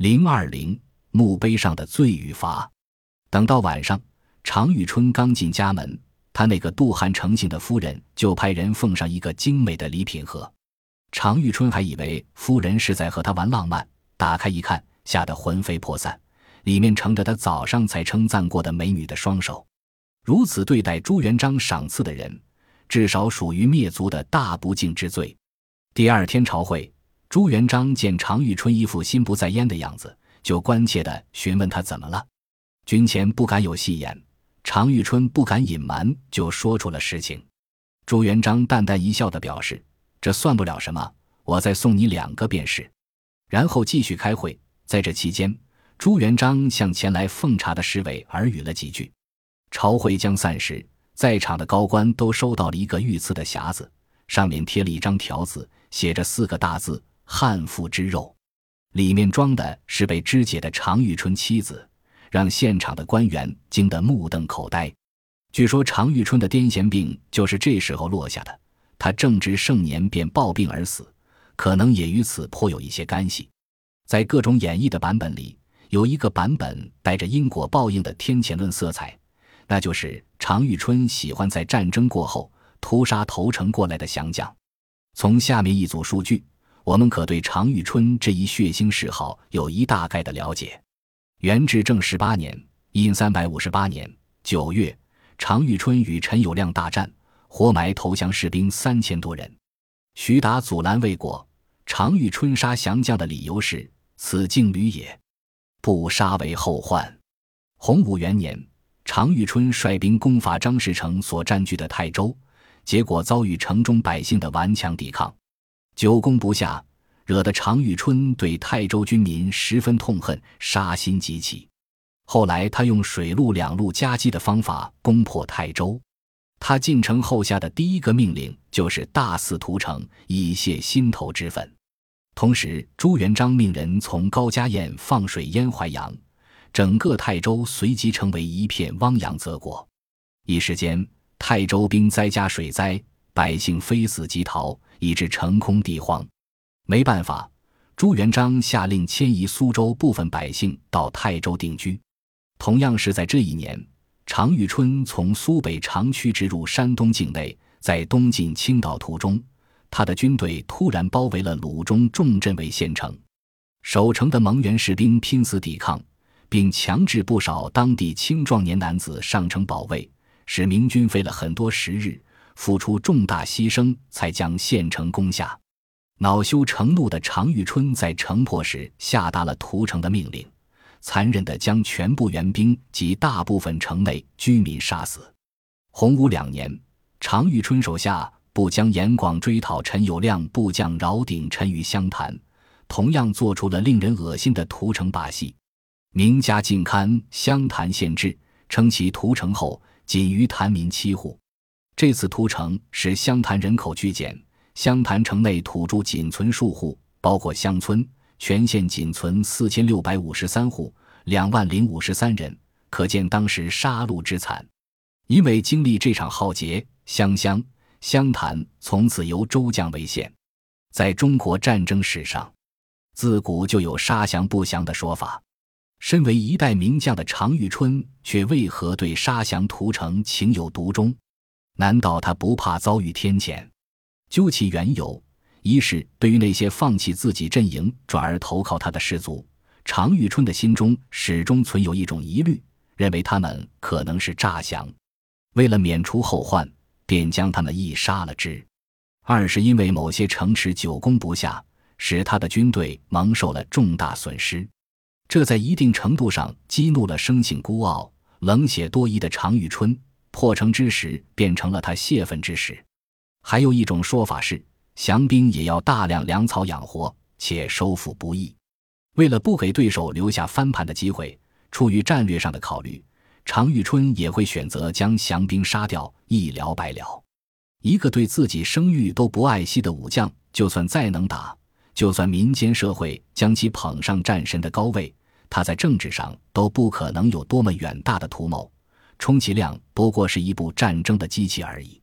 020墓碑上的罪与罚。等到晚上，常遇春刚进家门，他那个妒寒成性的夫人就派人奉上一个精美的礼品盒。常遇春还以为夫人是在和他玩浪漫，打开一看，吓得魂飞魄散，里面盛着他早上才称赞过的美女的双手。如此对待朱元璋赏赐的人，至少属于灭族的大不敬之罪。第二天朝会，朱元璋见常遇春一副心不在焉的样子，就关切地询问他怎么了。军前不敢有戏言，常遇春不敢隐瞒，就说出了实情。朱元璋淡淡一笑地表示，这算不了什么，我再送你2个便是。然后继续开会。在这期间，朱元璋向前来奉茶的侍卫耳语了几句。朝会将散时，在场的高官都收到了一个御赐的匣子，上面贴了一张条子，写着4个大字：汉妇之肉。里面装的是被肢解的常遇春妻子，让现场的官员惊得目瞪口呆。据说常遇春的癫痫病就是这时候落下的，他正值盛年便暴病而死，可能也与此颇有一些干系。在各种演绎的版本里，有一个版本带着因果报应的天谴论色彩，那就是常遇春喜欢在战争过后屠杀投诚过来的降将。从下面一组数据，我们可对常遇春这一血腥嗜好有一大概的了解。元至正18年阴358年9月，常遇春与陈友谅大战，活埋投降士兵3000多人。徐达阻拦未果，常遇春杀降将的理由是此境旅也，不杀为后患。洪武元年，常遇春率兵攻伐张士诚所占据的泰州，结果遭遇城中百姓的顽强抵抗，久攻不下，惹得常遇春对泰州军民十分痛恨，杀心极起。后来他用水陆2路夹击的方法攻破泰州。他进城后下的第一个命令就是大肆屠城，以泄心头之愤。同时朱元璋命人从高家堰放水淹淮阳，整个泰州随即成为一片汪洋泽国。一时间泰州兵灾加水灾，百姓非死即逃，以致城空地荒。没办法，朱元璋下令迁移苏州部分百姓到泰州定居。同样是在这一年，常遇春从苏北长驱直入山东境内，在东进青岛途中，他的军队突然包围了鲁中重镇为县城。守城的蒙元士兵拼死抵抗，并强制不少当地青壮年男子上城保卫，使明军费了很多时日，付出重大牺牲，才将县城攻下。恼羞成怒的常遇春在城破时下达了屠城的命令，残忍地将全部援兵及大部分城内居民杀死。洪武2年，常遇春手下部将严广追讨陈友谅部将饶鼎沉于湘潭，同样做出了令人恶心的屠城把戏。名家近刊《湘潭县志》称其屠城后仅余潭民7户。这次屠城使湘潭人口剧减，湘潭城内土著仅存数户，包括乡村，全县仅存4653户，20053人，可见当时杀戮之惨。因为经历这场浩劫，湘潭从此由州将为县。在中国战争史上，自古就有杀降不降的说法。身为一代名将的常遇春，却为何对杀降屠城情有独钟？难道他不怕遭遇天谴？究其缘由，一是对于那些放弃自己阵营转而投靠他的士卒，常遇春的心中始终存有一种疑虑，认为他们可能是诈降，为了免除后患，便将他们一杀了之。二是因为某些城池久攻不下，使他的军队蒙受了重大损失，这在一定程度上激怒了生性孤傲、冷血多疑的常遇春，破城之时变成了他泄愤之时。还有一种说法是，降兵也要大量粮草养活，且收复不易。为了不给对手留下翻盘的机会，出于战略上的考虑，常遇春也会选择将降兵杀掉，一了百了。一个对自己声誉都不爱惜的武将，就算再能打，就算民间社会将其捧上战神的高位，他在政治上都不可能有多么远大的图谋，充其量不过是一部战争的机器而已。